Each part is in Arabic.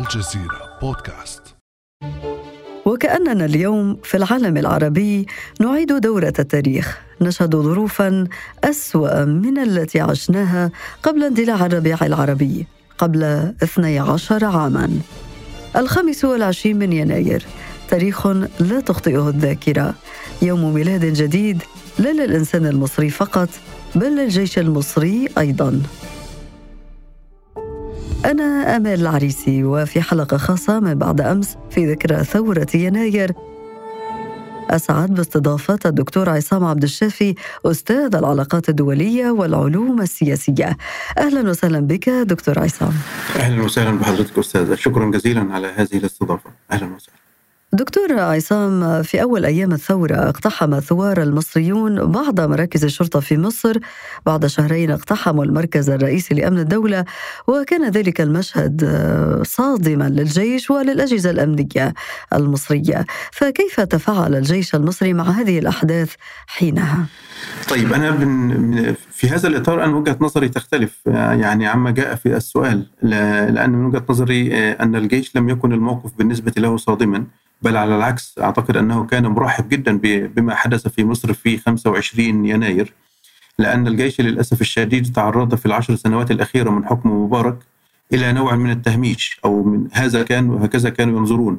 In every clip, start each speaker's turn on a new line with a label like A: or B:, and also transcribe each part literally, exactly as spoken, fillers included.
A: الجزيرة بودكاست.
B: وكأننا اليوم في العالم العربي نعيد دورة التاريخ، نشهد ظروفاً أسوأ من التي عشناها قبل اندلاع الربيع العربي قبل اثني عشر عاماً. الخامس والعشرين من يناير، تاريخ لا تخطئه الذاكرة، يوم ميلاد جديد لا للإنسان المصري فقط بل للجيش المصري أيضاً. أنا آمال العريسي، وفي حلقة خاصة من بعد أمس في ذكرى ثورة يناير أسعد باستضافة الدكتور عصام عبد الشافي، أستاذ العلاقات الدولية والعلوم السياسية. أهلا وسهلا بك دكتور عصام.
C: أهلا وسهلا بحضرتك أستاذة، شكرا جزيلا على هذه الاستضافة. أهلا وسهلا.
B: دكتور عصام، في أول أيام الثورة اقتحم ثوار المصريون بعض مراكز الشرطة في مصر. بعد شهرين اقتحموا المركز الرئيسي لأمن الدولة، وكان ذلك المشهد صادما للجيش وللأجهزة الأمنية المصرية. فكيف تفاعل الجيش المصري مع هذه الأحداث حينها؟
C: طيب، أنا في هذا الإطار أنا وجهة نظري تختلف يعني عما جاء في السؤال، لأن من وجهة نظري أن الجيش لم يكن الموقف بالنسبة له صادما، بل على العكس أعتقد أنه كان مرحب جدا بما حدث في مصر في خمسة وعشرين يناير، لأن الجيش للأسف الشديد تعرض في العشر سنوات الأخيرة من حكم مبارك إلى نوع من التهميش، أو من هذا كان وهكذا كانوا ينظرون،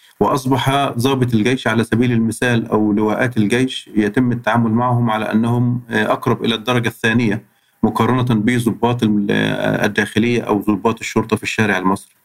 C: وأصبح ضابط الجيش على سبيل المثال أو لواءات الجيش يتم التعامل معهم على أنهم أقرب إلى الدرجة الثانية مقارنة بضباط الداخلية أو ضباط الشرطة في الشارع المصري.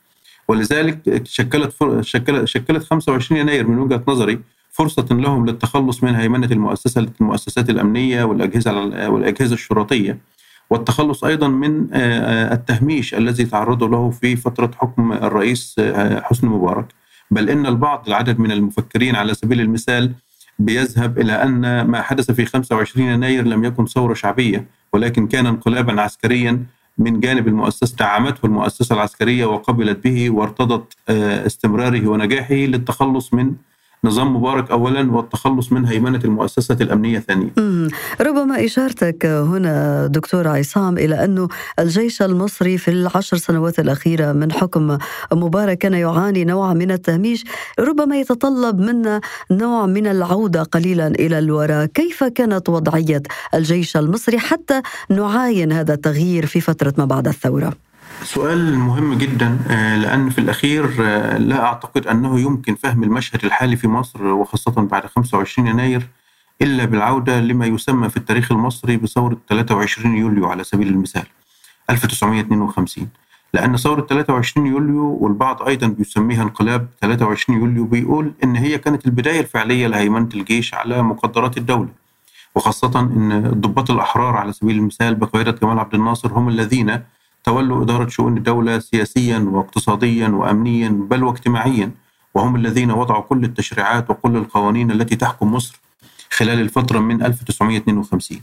C: ولذلك شكلت شكلت شكلت خمسة وعشرين يناير من وجهة نظري فرصة لهم للتخلص من هيمنة المؤسسة المؤسسات الأمنية والأجهزة والأجهزة الشرطية، والتخلص أيضا من التهميش الذي تعرضوا له في فترة حكم الرئيس حسني مبارك. بل إن البعض العدد من المفكرين على سبيل المثال بيذهب إلى أن ما حدث في خمسة وعشرين يناير لم يكن ثورة شعبية، ولكن كان انقلابا عسكريا من جانب المؤسسة دعمته المؤسسة العسكرية وقبلت به وارتضت استمراره ونجاحه للتخلص من نظام مبارك أولا والتخلص من هيمنة المؤسسة الأمنية ثانيا.
B: ربما إشارتك هنا دكتور عصام إلى أنه الجيش المصري في العشر سنوات الأخيرة من حكم مبارك كان يعاني نوع من التهميش، ربما يتطلب منا نوع من العودة قليلا إلى الوراء. كيف كانت وضعية الجيش المصري حتى نعاين هذا التغيير في فترة ما بعد الثورة؟
C: سؤال مهم جدا، لأن في الأخير لا أعتقد أنه يمكن فهم المشهد الحالي في مصر وخاصة بعد خمسة وعشرين يناير إلا بالعودة لما يسمى في التاريخ المصري بثورة ثلاثة وعشرين يوليو على سبيل المثال ألف وتسعمائة واثنين وخمسين، لأن ثورة ثلاثة وعشرين يوليو والبعض أيضا بيسميها انقلاب ثلاثة وعشرين يوليو بيقول إن هي كانت البداية الفعلية لهيمنة الجيش على مقدرات الدولة، وخاصة إن الضباط الأحرار على سبيل المثال بقيادة جمال عبد الناصر هم الذين تولوا إدارة شؤون الدولة سياسيا واقتصاديا وأمنيا بل واجتماعيا، وهم الذين وضعوا كل التشريعات وكل القوانين التي تحكم مصر خلال الفترة من ألف وتسعمائة واثنين وخمسين.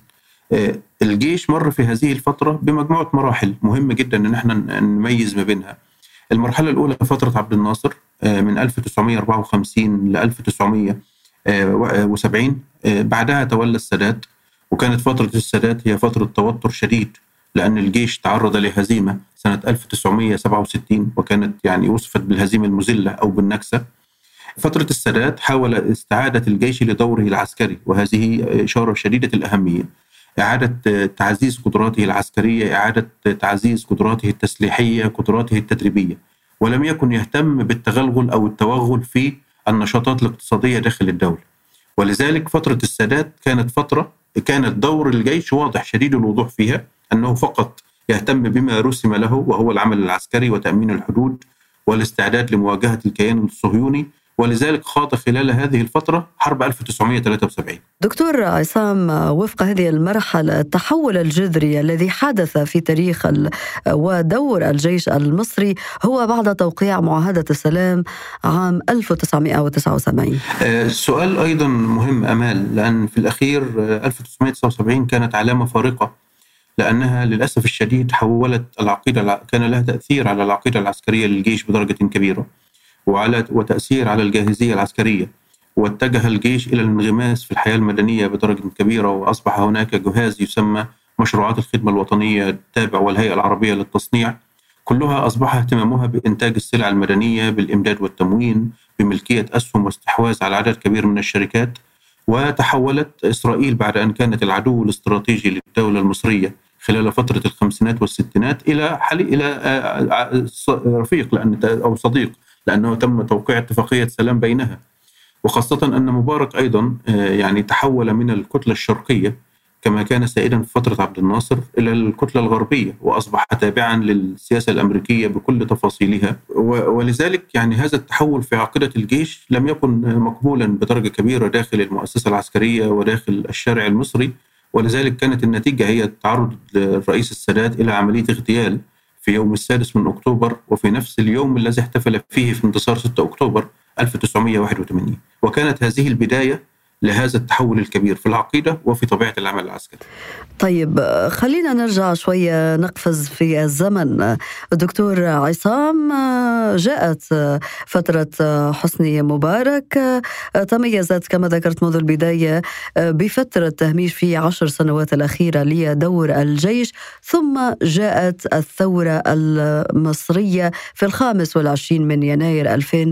C: الجيش مر في هذه الفترة بمجموعة مراحل مهمة جدا أن احنا نميز ما بينها. المرحلة الأولى فترة عبد الناصر من ألف وتسعمائة وأربعة وخمسين ل ألف وتسعمائة وسبعين، بعدها تولى السادات، وكانت فترة السادات هي فترة توتر شديد لأن الجيش تعرض لهزيمة سنة ألف وتسعمائة وسبعة وستين، وكانت يعني وصفت بالهزيمة المذلة أو بالنكسة. فترة السادات حاول استعادة الجيش لدوره العسكري، وهذه إشارة شديدة الأهمية، إعادة تعزيز قدراته العسكرية، إعادة تعزيز قدراته التسليحية، قدراته التدريبية، ولم يكن يهتم بالتغلغل أو التوغل في النشاطات الاقتصادية داخل الدولة. ولذلك فترة السادات كانت فترة كانت دور الجيش واضح شديد الوضوح فيها، أنه فقط يهتم بما رسم له وهو العمل العسكري وتأمين الحدود والاستعداد لمواجهة الكيان الصهيوني، ولذلك خاض خلال هذه الفترة حرب ألف وتسعمائة وثلاثة وسبعين.
B: دكتور عصام، وفق هذه المرحلة التحول الجذري الذي حدث في تاريخ ودور الجيش المصري هو بعد توقيع معاهدة السلام عام ألف وتسعمائة وتسعة وسبعين.
C: السؤال أيضا مهم أمال، لأن في الأخير ألف وتسعمائة وتسعة وسبعين كانت علامة فارقة، لأنها للأسف الشديد حولت العقيدة، كان لها تأثير على العقيدة العسكرية للجيش بدرجة كبيرة، وعلى وتأثير على الجاهزية العسكرية، واتجه الجيش إلى الانغماس في الحياة المدنية بدرجة كبيرة، وأصبح هناك جهاز يسمى مشروعات الخدمة الوطنية التابع والهيئة العربية للتصنيع، كلها أصبح اهتمامها بإنتاج السلع المدنية، بالإمداد والتموين، بملكية أسهم واستحواذ على عدد كبير من الشركات. وتحولت إسرائيل بعد أن كانت العدو الاستراتيجي للدولة المصرية خلال فترة الخمسينات والستينات إلى حل إلى آه، آه، ص- رفيق لأن أو صديق، لأنه تم توقيع اتفاقية سلام بينها. وخاصة أن مبارك أيضا آه، يعني تحول من الكتلة الشرقية كما كان سائدا في فترة عبد الناصر إلى الكتلة الغربية، وأصبح تابعا للسياسة الأمريكية بكل تفاصيلها. و- ولذلك يعني هذا التحول في عقيدة الجيش لم يكن مقبولا بدرجة كبيرة داخل المؤسسة العسكرية وداخل الشارع المصري. ولذلك كانت النتيجة هي تعرض الرئيس السادات إلى عملية اغتيال في يوم السادس من أكتوبر، وفي نفس اليوم الذي احتفل فيه في انتصار ستة أكتوبر ألف وتسعمائة وواحد وثمانين. وكانت هذه البداية لهذا التحول الكبير في العقيدة وفي طبيعة العمل العسكري.
B: طيب، خلينا نرجع شوية نقفز في الزمن. دكتور عصام، جاءت فترة حسني مبارك، تميزت كما ذكرت منذ البداية بفترة تهميش في عشر سنوات الأخيرة لدور الجيش، ثم جاءت الثورة المصرية في الخامس والعشرين من يناير ألفين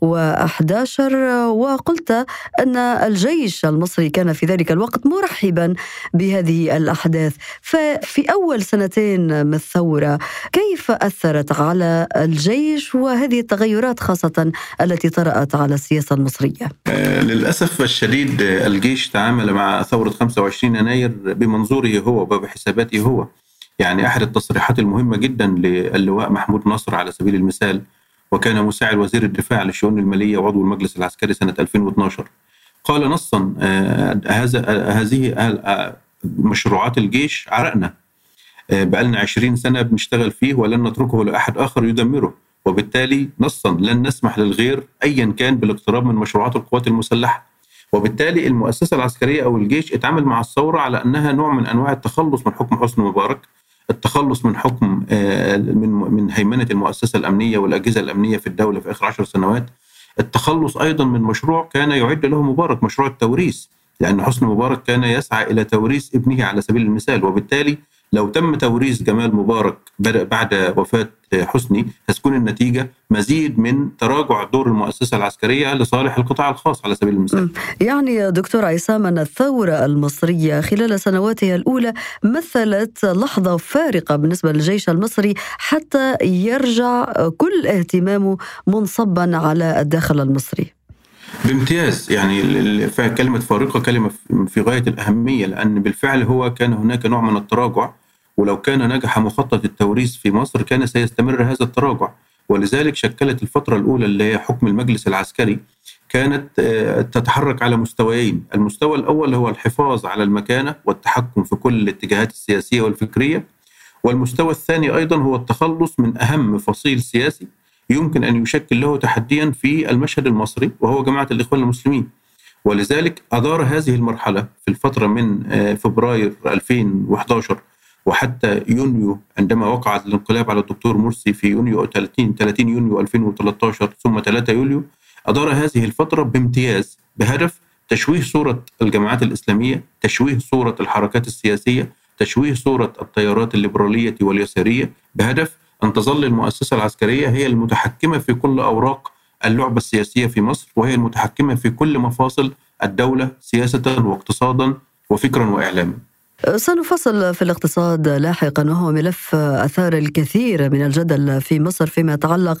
B: وأحد عشر، وقلت أن الجيش المصري كان في ذلك الوقت مرحبا بهذه الأحداث. ففي أول سنتين من الثورة كيف أثرت على الجيش وهذه التغيرات خاصة التي طرأت على السياسة المصرية؟
C: آه، للأسف الشديد آه، الجيش تعامل مع ثورة خمسة وعشرين يناير بمنظوره هو وبحساباته هو. يعني أحد التصريحات المهمة جدا للواء محمود نصر على سبيل المثال، وكان مساعد وزير الدفاع للشؤون المالية وعضو المجلس العسكري سنة ألفين واثني عشر، قال نصا آه، هذا آه، هذه آه، مشروعات الجيش عرقنا، آه، بقالنا عشرين سنة بنشتغل فيه ولن نتركه لأحد آخر يدمره، وبالتالي نصا لن نسمح للغير أيا كان بالاقتراب من مشروعات القوات المسلحة. وبالتالي المؤسسة العسكرية أو الجيش اتعامل مع الثورة على أنها نوع من أنواع التخلص من حكم حسني مبارك، التخلص من حكم آه، من من هيمنة المؤسسة الأمنية والأجهزة الأمنية في الدولة في آخر عشر سنوات، التخلص أيضا من مشروع كان يعد له مبارك، مشروع التوريث، لأن حسني مبارك كان يسعى إلى توريث ابنه على سبيل المثال. وبالتالي لو تم توريث جمال مبارك بعد وفاة حسني هتكون النتيجة مزيد من تراجع دور المؤسسة العسكرية لصالح القطاع الخاص على سبيل المثال.
B: يعني دكتور عصام، أن الثورة المصرية خلال سنواتها الأولى مثلت لحظة فارقة بالنسبة للجيش المصري حتى يرجع كل اهتمامه منصبا على الداخل المصري.
C: بامتياز، يعني كلمة فارقة كلمة في غاية الأهمية، لأن بالفعل هو كان هناك نوع من التراجع، ولو كان نجح مخطط التوريث في مصر كان سيستمر هذا التراجع. ولذلك شكلت الفترة الأولى اللي هي حكم المجلس العسكري كانت تتحرك على مستويين. المستوى الأول هو الحفاظ على المكانة والتحكم في كل الاتجاهات السياسية والفكرية، والمستوى الثاني أيضا هو التخلص من أهم فصيل سياسي يمكن أن يشكل له تحديا في المشهد المصري وهو جماعة الإخوان المسلمين. ولذلك أدار هذه المرحلة في الفترة من فبراير ألفين وأحد عشر وحتى يونيو عندما وقعت الانقلاب على الدكتور مرسي في يونيو ثلاثين يونيو ألفين وثلاثة عشر ثم ثلاثة يوليو، أدار هذه الفترة بامتياز بهدف تشويه صورة الجماعات الإسلامية، تشويه صورة الحركات السياسية، تشويه صورة التيارات الليبرالية واليسارية، بهدف أن تظل المؤسسة العسكرية هي المتحكمة في كل أوراق اللعبة السياسية في مصر، وهي المتحكمة في كل مفاصل الدولة سياسة واقتصادا وفكرا وإعلاما.
B: سنفصل في الاقتصاد لاحقا، وهو ملف أثار الكثير من الجدل في مصر فيما يتعلق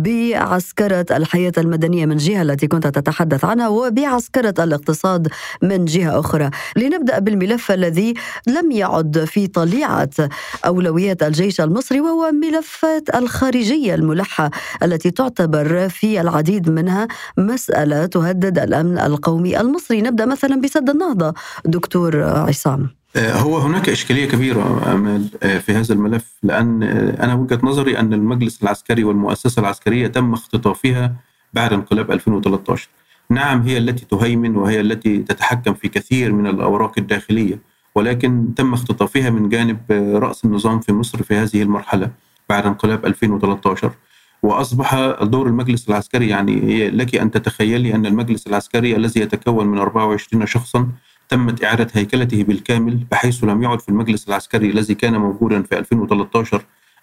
B: بعسكرة الحياة المدنية من جهة التي كنت تتحدث عنها، وبعسكرة الاقتصاد من جهة أخرى. لنبدأ بالملف الذي لم يعد في طليعة أولويات الجيش المصري، وهو ملفات الخارجية الملحة التي تعتبر في العديد منها مسألة تهدد الأمن القومي المصري. نبدأ مثلا بسد النهضة. دكتور عصام،
C: هو هناك إشكالية كبيرة أمال في هذا الملف، لأن أنا وجهة نظري أن المجلس العسكري والمؤسسة العسكرية تم اختطافها بعد انقلاب ألفين وثلاثة عشر. نعم، هي التي تهيمن وهي التي تتحكم في كثير من الأوراق الداخلية، ولكن تم اختطافها من جانب رأس النظام في مصر في هذه المرحلة بعد انقلاب ألفين وثلاثة عشر. وأصبح دور المجلس العسكري، يعني لك أن تتخيلي أن المجلس العسكري الذي يتكون من أربعة وعشرين شخصا تمت إعادة هيكلته بالكامل، بحيث لم يعد في المجلس العسكري الذي كان موجودا في ألفين وثلاثة عشر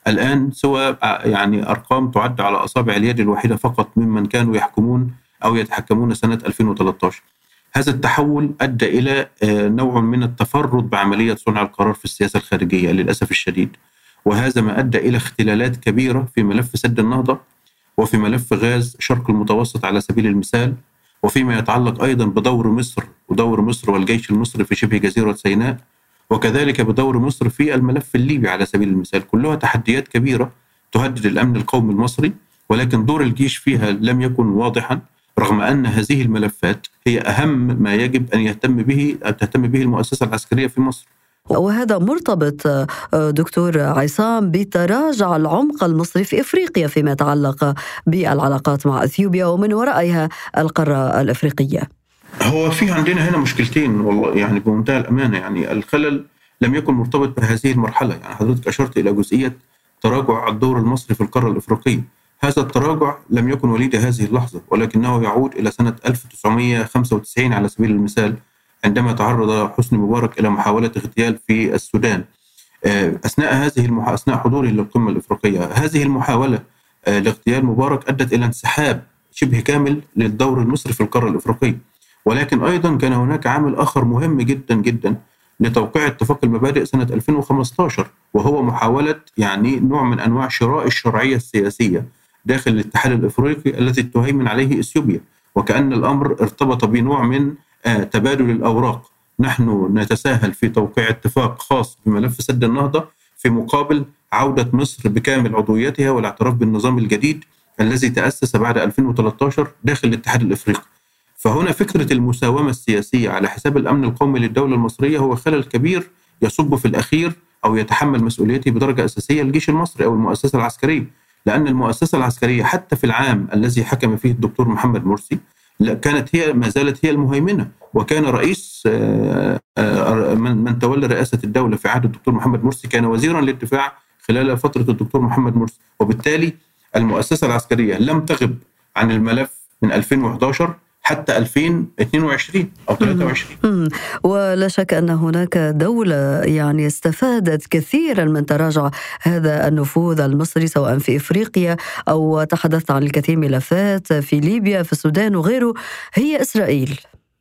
C: الآن سوى يعني أرقام تعد على أصابع اليد الواحدة فقط ممن كانوا يحكمون أو يتحكمون سنة ألفين وثلاثة عشر. هذا التحول أدى إلى نوع من التفرد بعملية صنع القرار في السياسة الخارجية للأسف الشديد، وهذا ما أدى إلى اختلالات كبيرة في ملف سد النهضة وفي ملف غاز شرق المتوسط على سبيل المثال، وفيما يتعلق أيضا بدور مصر ودور مصر والجيش المصري في شبه جزيرة سيناء، وكذلك بدور مصر في الملف الليبي على سبيل المثال. كلها تحديات كبيرة تهدد الأمن القومي المصري، ولكن دور الجيش فيها لم يكن واضحا، رغم أن هذه الملفات هي أهم ما يجب أن يهتم به أن تهتم به المؤسسة العسكرية في مصر.
B: وهذا مرتبط دكتور عصام بتراجع العمق المصري في إفريقيا فيما يتعلق بالعلاقات مع أثيوبيا ومن ورائها القارة الأفريقية.
C: هو في عندنا هنا مشكلتين والله، يعني بمنتهى الأمانة. يعني الخلل لم يكن مرتبط بهذه المرحلة. يعني حضرتك أشرت إلى جزئية تراجع الدور المصري في القارة الأفريقية. هذا التراجع لم يكن وليد هذه اللحظة، ولكنه يعود إلى سنة ألف وتسعمائة وخمسة وتسعين على سبيل المثال، عندما تعرض حسني مبارك إلى محاولة اغتيال في السودان أثناء هذه المح... أثناء حضوره للقمة الأفريقية. هذه المحاولة لاغتيال مبارك أدت إلى انسحاب شبه كامل للدور المصري في القارة الأفريقية. ولكن أيضا كان هناك عامل آخر مهم جدا جدا لتوقيع اتفاق المبادئ سنة ألفين وخمسة عشر، وهو محاولة يعني نوع من أنواع شراء الشرعية السياسية داخل الاتحاد الأفريقي الذي تهيمن عليه إثيوبيا، وكأن الأمر ارتبط بنوع من تبادل الأوراق. نحن نتساهل في توقيع اتفاق خاص بملف سد النهضة في مقابل عودة مصر بكامل عضويتها والاعتراف بالنظام الجديد الذي تأسس بعد ألفين وثلاثة عشر داخل الاتحاد الأفريقي. فهنا فكرة المساومة السياسية على حساب الأمن القومي للدولة المصرية هو خلل كبير يصب في الأخير أو يتحمل مسؤوليته بدرجة أساسية الجيش المصري أو المؤسسة العسكرية، لأن المؤسسة العسكرية حتى في العام الذي حكم فيه الدكتور محمد مرسي كانت هي ما زالت هي المهيمنة، وكان رئيس من تولى رئاسة الدولة في عهد الدكتور محمد مرسي كان وزيرا للدفاع خلال فترة الدكتور محمد مرسي، وبالتالي المؤسسة العسكرية لم تغب عن الملف من ألفين وأحد عشر حتى ألفين واثنين وعشرين أو ثلاثة وعشرين.
B: ولا شك أن هناك دولة يعني استفادت كثيرا من تراجع هذا النفوذ المصري سواء في إفريقيا أو تحدثت عن الكثير من ملفات في ليبيا في السودان وغيره، هي إسرائيل.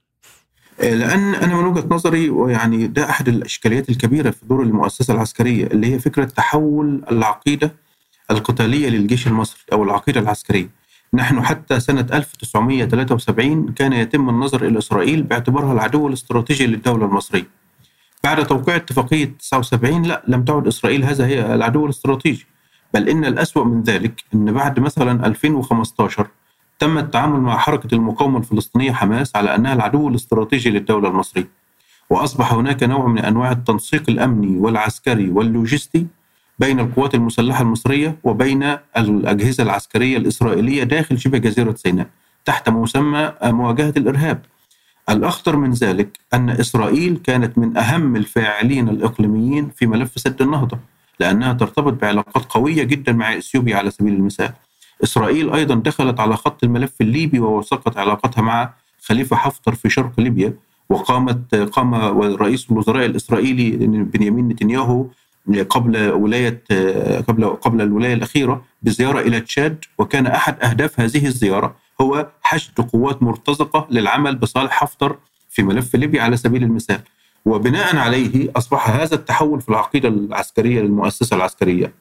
C: لأن أنا من وجهة نظري ويعني ده أحد الإشكاليات الكبيرة في دور المؤسسة العسكرية اللي هي فكرة تحول العقيدة القتالية للجيش المصري أو العقيدة العسكرية. نحن حتى سنة ألف وتسعمائة وثلاثة وسبعين كان يتم النظر إلى إسرائيل باعتبارها العدو الاستراتيجي للدولة المصرية. بعد توقيع اتفاقية تسعة وسبعين لا لم تعد إسرائيل هذا هي العدو الاستراتيجي، بل إن الأسوأ من ذلك أن بعد مثلا ألفين وخمسة عشر تم التعامل مع حركة المقاومة الفلسطينية حماس على أنها العدو الاستراتيجي للدولة المصرية، وأصبح هناك نوع من أنواع التنسيق الأمني والعسكري واللوجستي بين القوات المسلحة المصرية وبين الأجهزة العسكرية الإسرائيلية داخل شبه جزيرة سيناء تحت مسمى مواجهة الإرهاب. الأخطر من ذلك أن إسرائيل كانت من أهم الفاعلين الإقليميين في ملف سد النهضة، لأنها ترتبط بعلاقات قوية جدا مع إثيوبيا على سبيل المثال. إسرائيل أيضا دخلت على خط الملف الليبي ووثقت علاقتها مع خليفة حفتر في شرق ليبيا، وقامت قام رئيس الوزراء الإسرائيلي بنيامين نتنياهو قبل ولاية قبل قبل الولاية الأخيرة بزيارة إلى تشاد، وكان أحد أهداف هذه الزيارة هو حشد قوات مرتزقة للعمل بصالح حفتر في ملف ليبيا على سبيل المثال. وبناء عليه أصبح هذا التحول في العقيدة العسكرية للمؤسسة العسكرية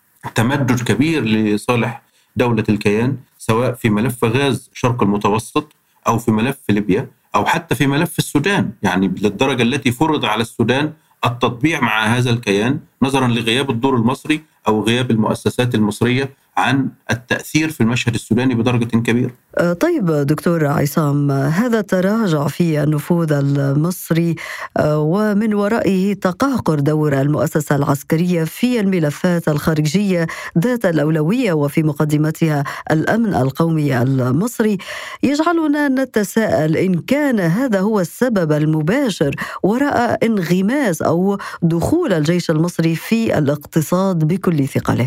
C: تمدد كبير لصالح دولة الكيان، سواء في ملف غاز شرق المتوسط أو في ملف ليبيا أو حتى في ملف السودان، يعني للدرجة التي فرض على السودان التطبيع مع هذا الكيان نظرا لغياب الدور المصري أو غياب المؤسسات المصرية عن التأثير في المشهد السوداني بدرجة كبيرة.
B: طيب دكتور عصام، هذا التراجع في النفوذ المصري ومن ورائه تقهقر دور المؤسسة العسكرية في الملفات الخارجية ذات الأولوية وفي مقدمتها الأمن القومي المصري يجعلنا نتساءل إن كان هذا هو السبب المباشر وراء انغماس أو دخول الجيش المصري في الاقتصاد بكل ثقله.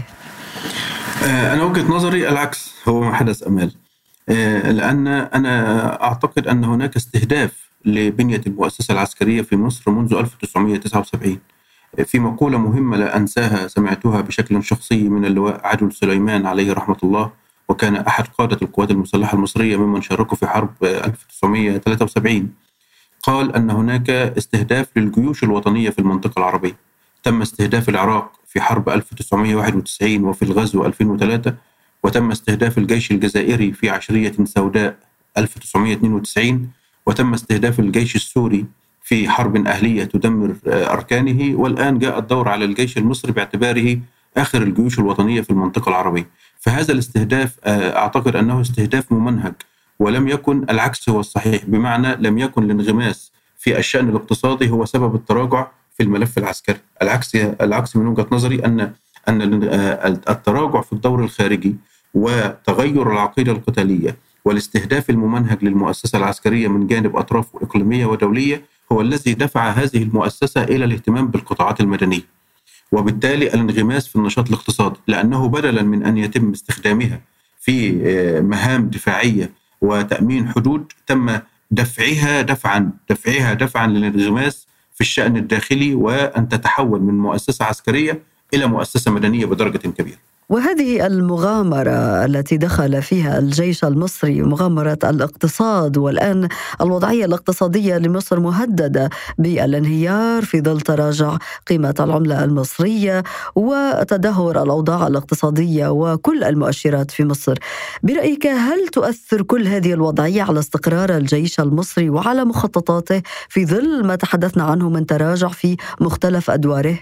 C: أنا وجهة نظري العكس هو ما حدث أمال، لأن أنا أعتقد أن هناك استهداف لبنية المؤسسة العسكرية في مصر منذ ألف وتسعمائة وتسعة وسبعين. في مقولة مهمة لا أنساها سمعتها بشكل شخصي من اللواء عدل سليمان عليه رحمة الله، وكان أحد قادة القوات المسلحة المصرية ممن شاركوا في حرب ألف وتسعمائة وثلاثة وسبعين. قال أن هناك استهداف للجيوش الوطنية في المنطقة العربية. تم استهداف العراق في حرب ألف وتسعمائة وواحد وتسعين وفي الغزو ألفين وثلاثة، وتم استهداف الجيش الجزائري في عشرية سوداء ألف وتسعمائة واثنين وتسعين، وتم استهداف الجيش السوري في حرب أهلية تدمر أركانه، والآن جاء الدور على الجيش المصري باعتباره آخر الجيوش الوطنية في المنطقة العربية. فهذا الاستهداف أعتقد أنه استهداف ممنهج، ولم يكن العكس هو الصحيح، بمعنى لم يكن الانغماس في الشأن الاقتصادي هو سبب التراجع في الملف العسكري. العكس العكس من وجهة نظري أن أن التراجع في الدور الخارجي وتغير العقيدة القتالية والاستهداف الممنهج للمؤسسة العسكرية من جانب أطراف إقليمية ودولية هو الذي دفع هذه المؤسسة إلى الاهتمام بالقطاعات المدنية، وبالتالي الانغماس في النشاط الاقتصادي، لأنه بدلا من أن يتم استخدامها في مهام دفاعية وتأمين حدود تم دفعها دفعا دفعها دفعا للانغماس في الشأن الداخلي، وأن تتحول من مؤسسة عسكرية إلى مؤسسة مدنية بدرجة كبيرة.
B: وهذه المغامرة التي دخل فيها الجيش المصري، مغامرة الاقتصاد، والآن الوضعية الاقتصادية لمصر مهددة بالانهيار في ظل تراجع قيمة العملة المصرية وتدهور الأوضاع الاقتصادية وكل المؤشرات في مصر. برأيك هل تؤثر كل هذه الوضعية على استقرار الجيش المصري وعلى مخططاته في ظل ما تحدثنا عنه من تراجع في مختلف أدواره؟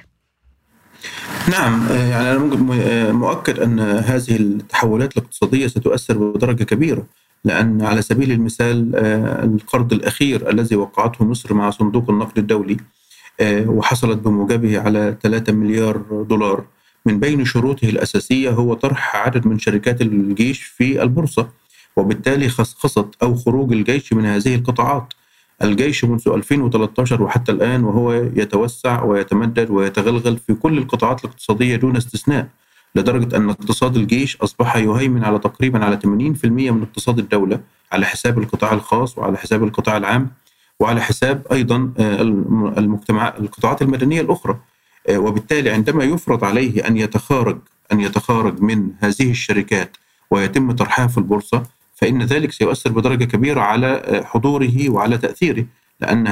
C: نعم، يعني أنا مؤكد أن هذه التحولات الاقتصادية ستؤثر بدرجة كبيرة، لأن على سبيل المثال القرض الأخير الذي وقعته مصر مع صندوق النقد الدولي وحصلت بموجبه على ثلاثة مليار دولار، من بين شروطه الأساسية هو طرح عدد من شركات الجيش في البورصة، وبالتالي خصخصة أو خروج الجيش من هذه القطاعات. الجيش منذ ألفين وثلاثة عشر وحتى الآن وهو يتوسع ويتمدد ويتغلغل في كل القطاعات الاقتصادية دون استثناء، لدرجة أن اقتصاد الجيش أصبح يهيمن على تقريبا على ثمانين بالمئة من اقتصاد الدولة، على حساب القطاع الخاص وعلى حساب القطاع العام وعلى حساب أيضا المجتمع القطاعات المدنية الأخرى. وبالتالي عندما يفرض عليه أن يتخارج أن يتخارج من هذه الشركات ويتم طرحها في البورصة، فإن ذلك سيؤثر بدرجة كبيرة على حضوره وعلى تأثيره، لأن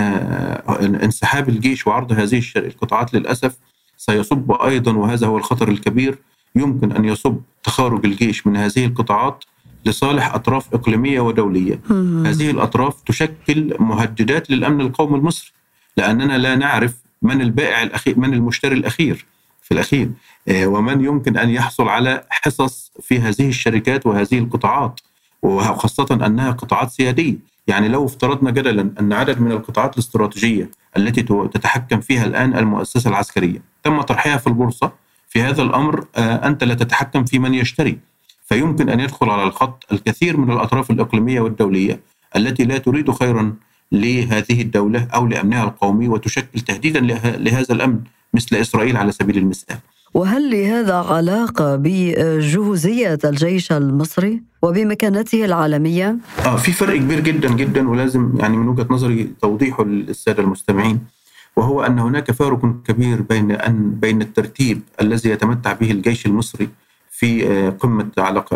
C: انسحاب الجيش وعرض هذه القطاعات للأسف سيصب أيضا، وهذا هو الخطر الكبير، يمكن أن يصب تخارج الجيش من هذه القطاعات لصالح أطراف إقليمية ودولية. هذه الأطراف تشكل مهددات للأمن القومي المصري، لأننا لا نعرف من البائع الأخير، من المشتري الأخير في الأخير، ومن يمكن أن يحصل على حصص في هذه الشركات وهذه القطاعات، وخاصة أنها قطاعات سيادية. يعني لو افترضنا جدلا أن عدد من القطاعات الاستراتيجية التي تتحكم فيها الآن المؤسسة العسكرية تم طرحها في البورصة، في هذا الأمر أنت لا تتحكم في من يشتري، فيمكن أن يدخل على الخط الكثير من الأطراف الإقليمية والدولية التي لا تريد خيرا لهذه الدولة أو لأمنها القومي، وتشكل تهديدا لهذا الأمن، مثل إسرائيل على سبيل المثال.
B: وهل لهذا علاقة بجهوزية الجيش المصري وبمكانته العالمية؟
C: آه في فرق كبير جدا جدا، ولازم يعني من وجهة نظري توضيحه للسادة المستمعين، وهو أن هناك فارق كبير بين أن بين الترتيب الذي يتمتع به الجيش المصري في قمة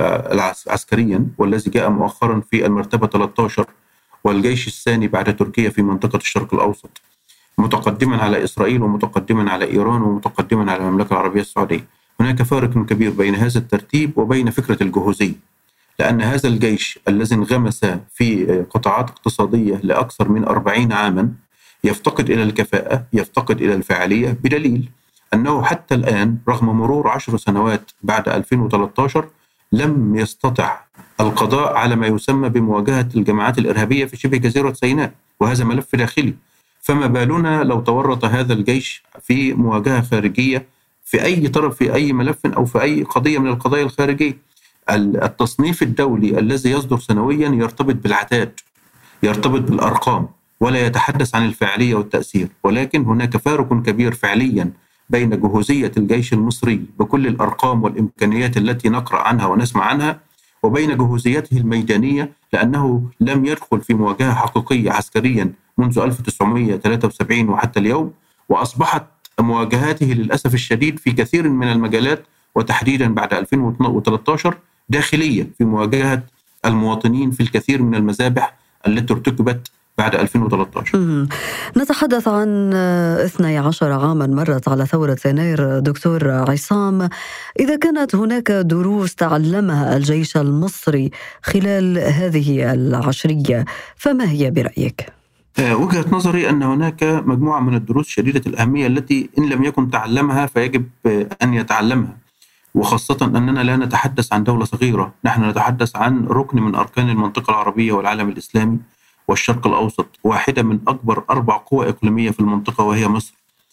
C: عسكريا، والذي جاء مؤخرا في المرتبة ثلاثة عشر، والجيش الثاني بعد تركيا في منطقة الشرق الأوسط، متقدما على إسرائيل ومتقدما على إيران ومتقدما على المملكة العربية السعودية. هناك فارق كبير بين هذا الترتيب وبين فكرة الجهوزية، لأن هذا الجيش الذي انغمس في قطاعات اقتصادية لأكثر من أربعين عاما يفتقد إلى الكفاءة، يفتقد إلى الفعالية، بدليل أنه حتى الآن رغم مرور عشر سنوات بعد ألفين وثلاثة عشر لم يستطع القضاء على ما يسمى بمواجهة الجماعات الإرهابية في شبه جزيرة سيناء، وهذا ملف داخلي. فما بالنا لو تورط هذا الجيش في مواجهة خارجية في أي طرف، في أي ملف أو في أي قضية من القضايا الخارجية. التصنيف الدولي الذي يصدر سنويا يرتبط بالعتاد، يرتبط بالأرقام، ولا يتحدث عن الفاعلية والتأثير. ولكن هناك فارق كبير فعليا بين جهوزية الجيش المصري بكل الأرقام والإمكانيات التي نقرأ عنها ونسمع عنها، وبين جهوزيته الميدانية، لأنه لم يدخل في مواجهة حقيقية عسكريا منذ ألف وتسعمائة وثلاثة وسبعين وحتى اليوم، وأصبحت مواجهاته للأسف الشديد في كثير من المجالات، وتحديدا بعد ألفين وثلاثة عشر داخلية في مواجهة المواطنين في الكثير من المذابح التي ارتكبت بعد ألفين وثلاثة عشر.
B: مم. نتحدث عن اثني عشر عاما مرت على ثورة يناير دكتور عصام. إذا كانت هناك دروس تعلمها الجيش المصري خلال هذه العشرية فما هي برأيك؟
C: وجهة نظري أن هناك مجموعة من الدروس شديدة الأهمية التي إن لم يكن تعلمها فيجب أن يتعلمها، وخاصة أننا لا نتحدث عن دولة صغيرة، نحن نتحدث عن ركن من أركان المنطقة العربية والعالم الإسلامي والشرق الأوسط، واحدة من أكبر أربع قوى إقليمية في المنطقة وهي مصر.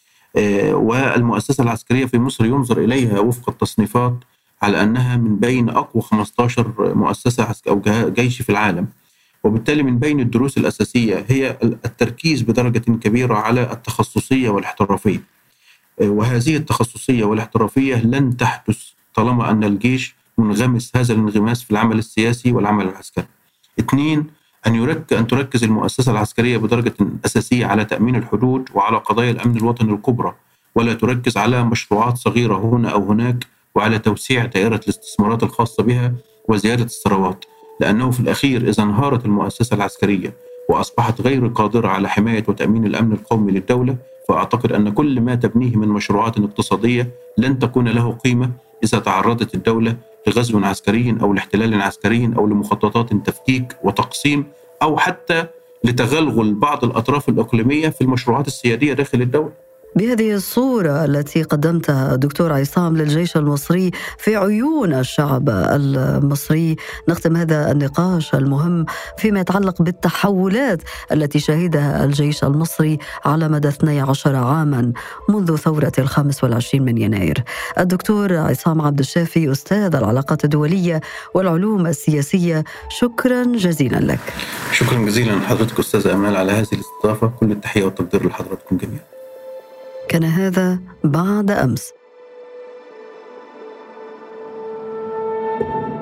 C: والمؤسسة العسكرية في مصر ينظر إليها وفق التصنيفات على أنها من بين أقوى خمسة عشر مؤسسة أو جيش في العالم، وبالتالي من بين الدروس الأساسية هي التركيز بدرجة كبيرة على التخصصية والاحترافية، وهذه التخصصية والاحترافية لن تحدث طالما أن الجيش منغمس هذا الانغماس في العمل السياسي والعمل العسكري. اثنين، أن يرك أن تركز المؤسسة العسكرية بدرجة أساسية على تأمين الحدود وعلى قضايا الأمن الوطني الكبرى، ولا تركز على مشروعات صغيرة هنا أو هناك، وعلى توسيع دائرة الاستثمارات الخاصة بها وزيادة الثروات، لأنه في الأخير إذا انهارت المؤسسة العسكرية وأصبحت غير قادرة على حماية وتأمين الأمن القومي للدولة، فأعتقد أن كل ما تبنيه من مشروعات اقتصادية لن تكون له قيمة إذا تعرضت الدولة لغزو عسكري أو لاحتلال عسكري أو لمخططات تفكيك وتقسيم، أو حتى لتغلغل بعض الأطراف الإقليمية في المشروعات السيادية داخل الدولة.
B: بهذه الصورة التي قدمتها دكتور عصام للجيش المصري في عيون الشعب المصري، نختم هذا النقاش المهم فيما يتعلق بالتحولات التي شهدها الجيش المصري على مدى اثني عشر عاما منذ ثورة الخامس والعشرين من يناير. الدكتور عصام عبد الشافي، أستاذ العلاقات الدولية والعلوم السياسية، شكرا جزيلا لك.
C: شكرا جزيلا لحضرتك أستاذ أمال على هذه الاستضافة، كل التحية والتقدير لحضراتكم جميعا.
B: كان هذا بعد أمس.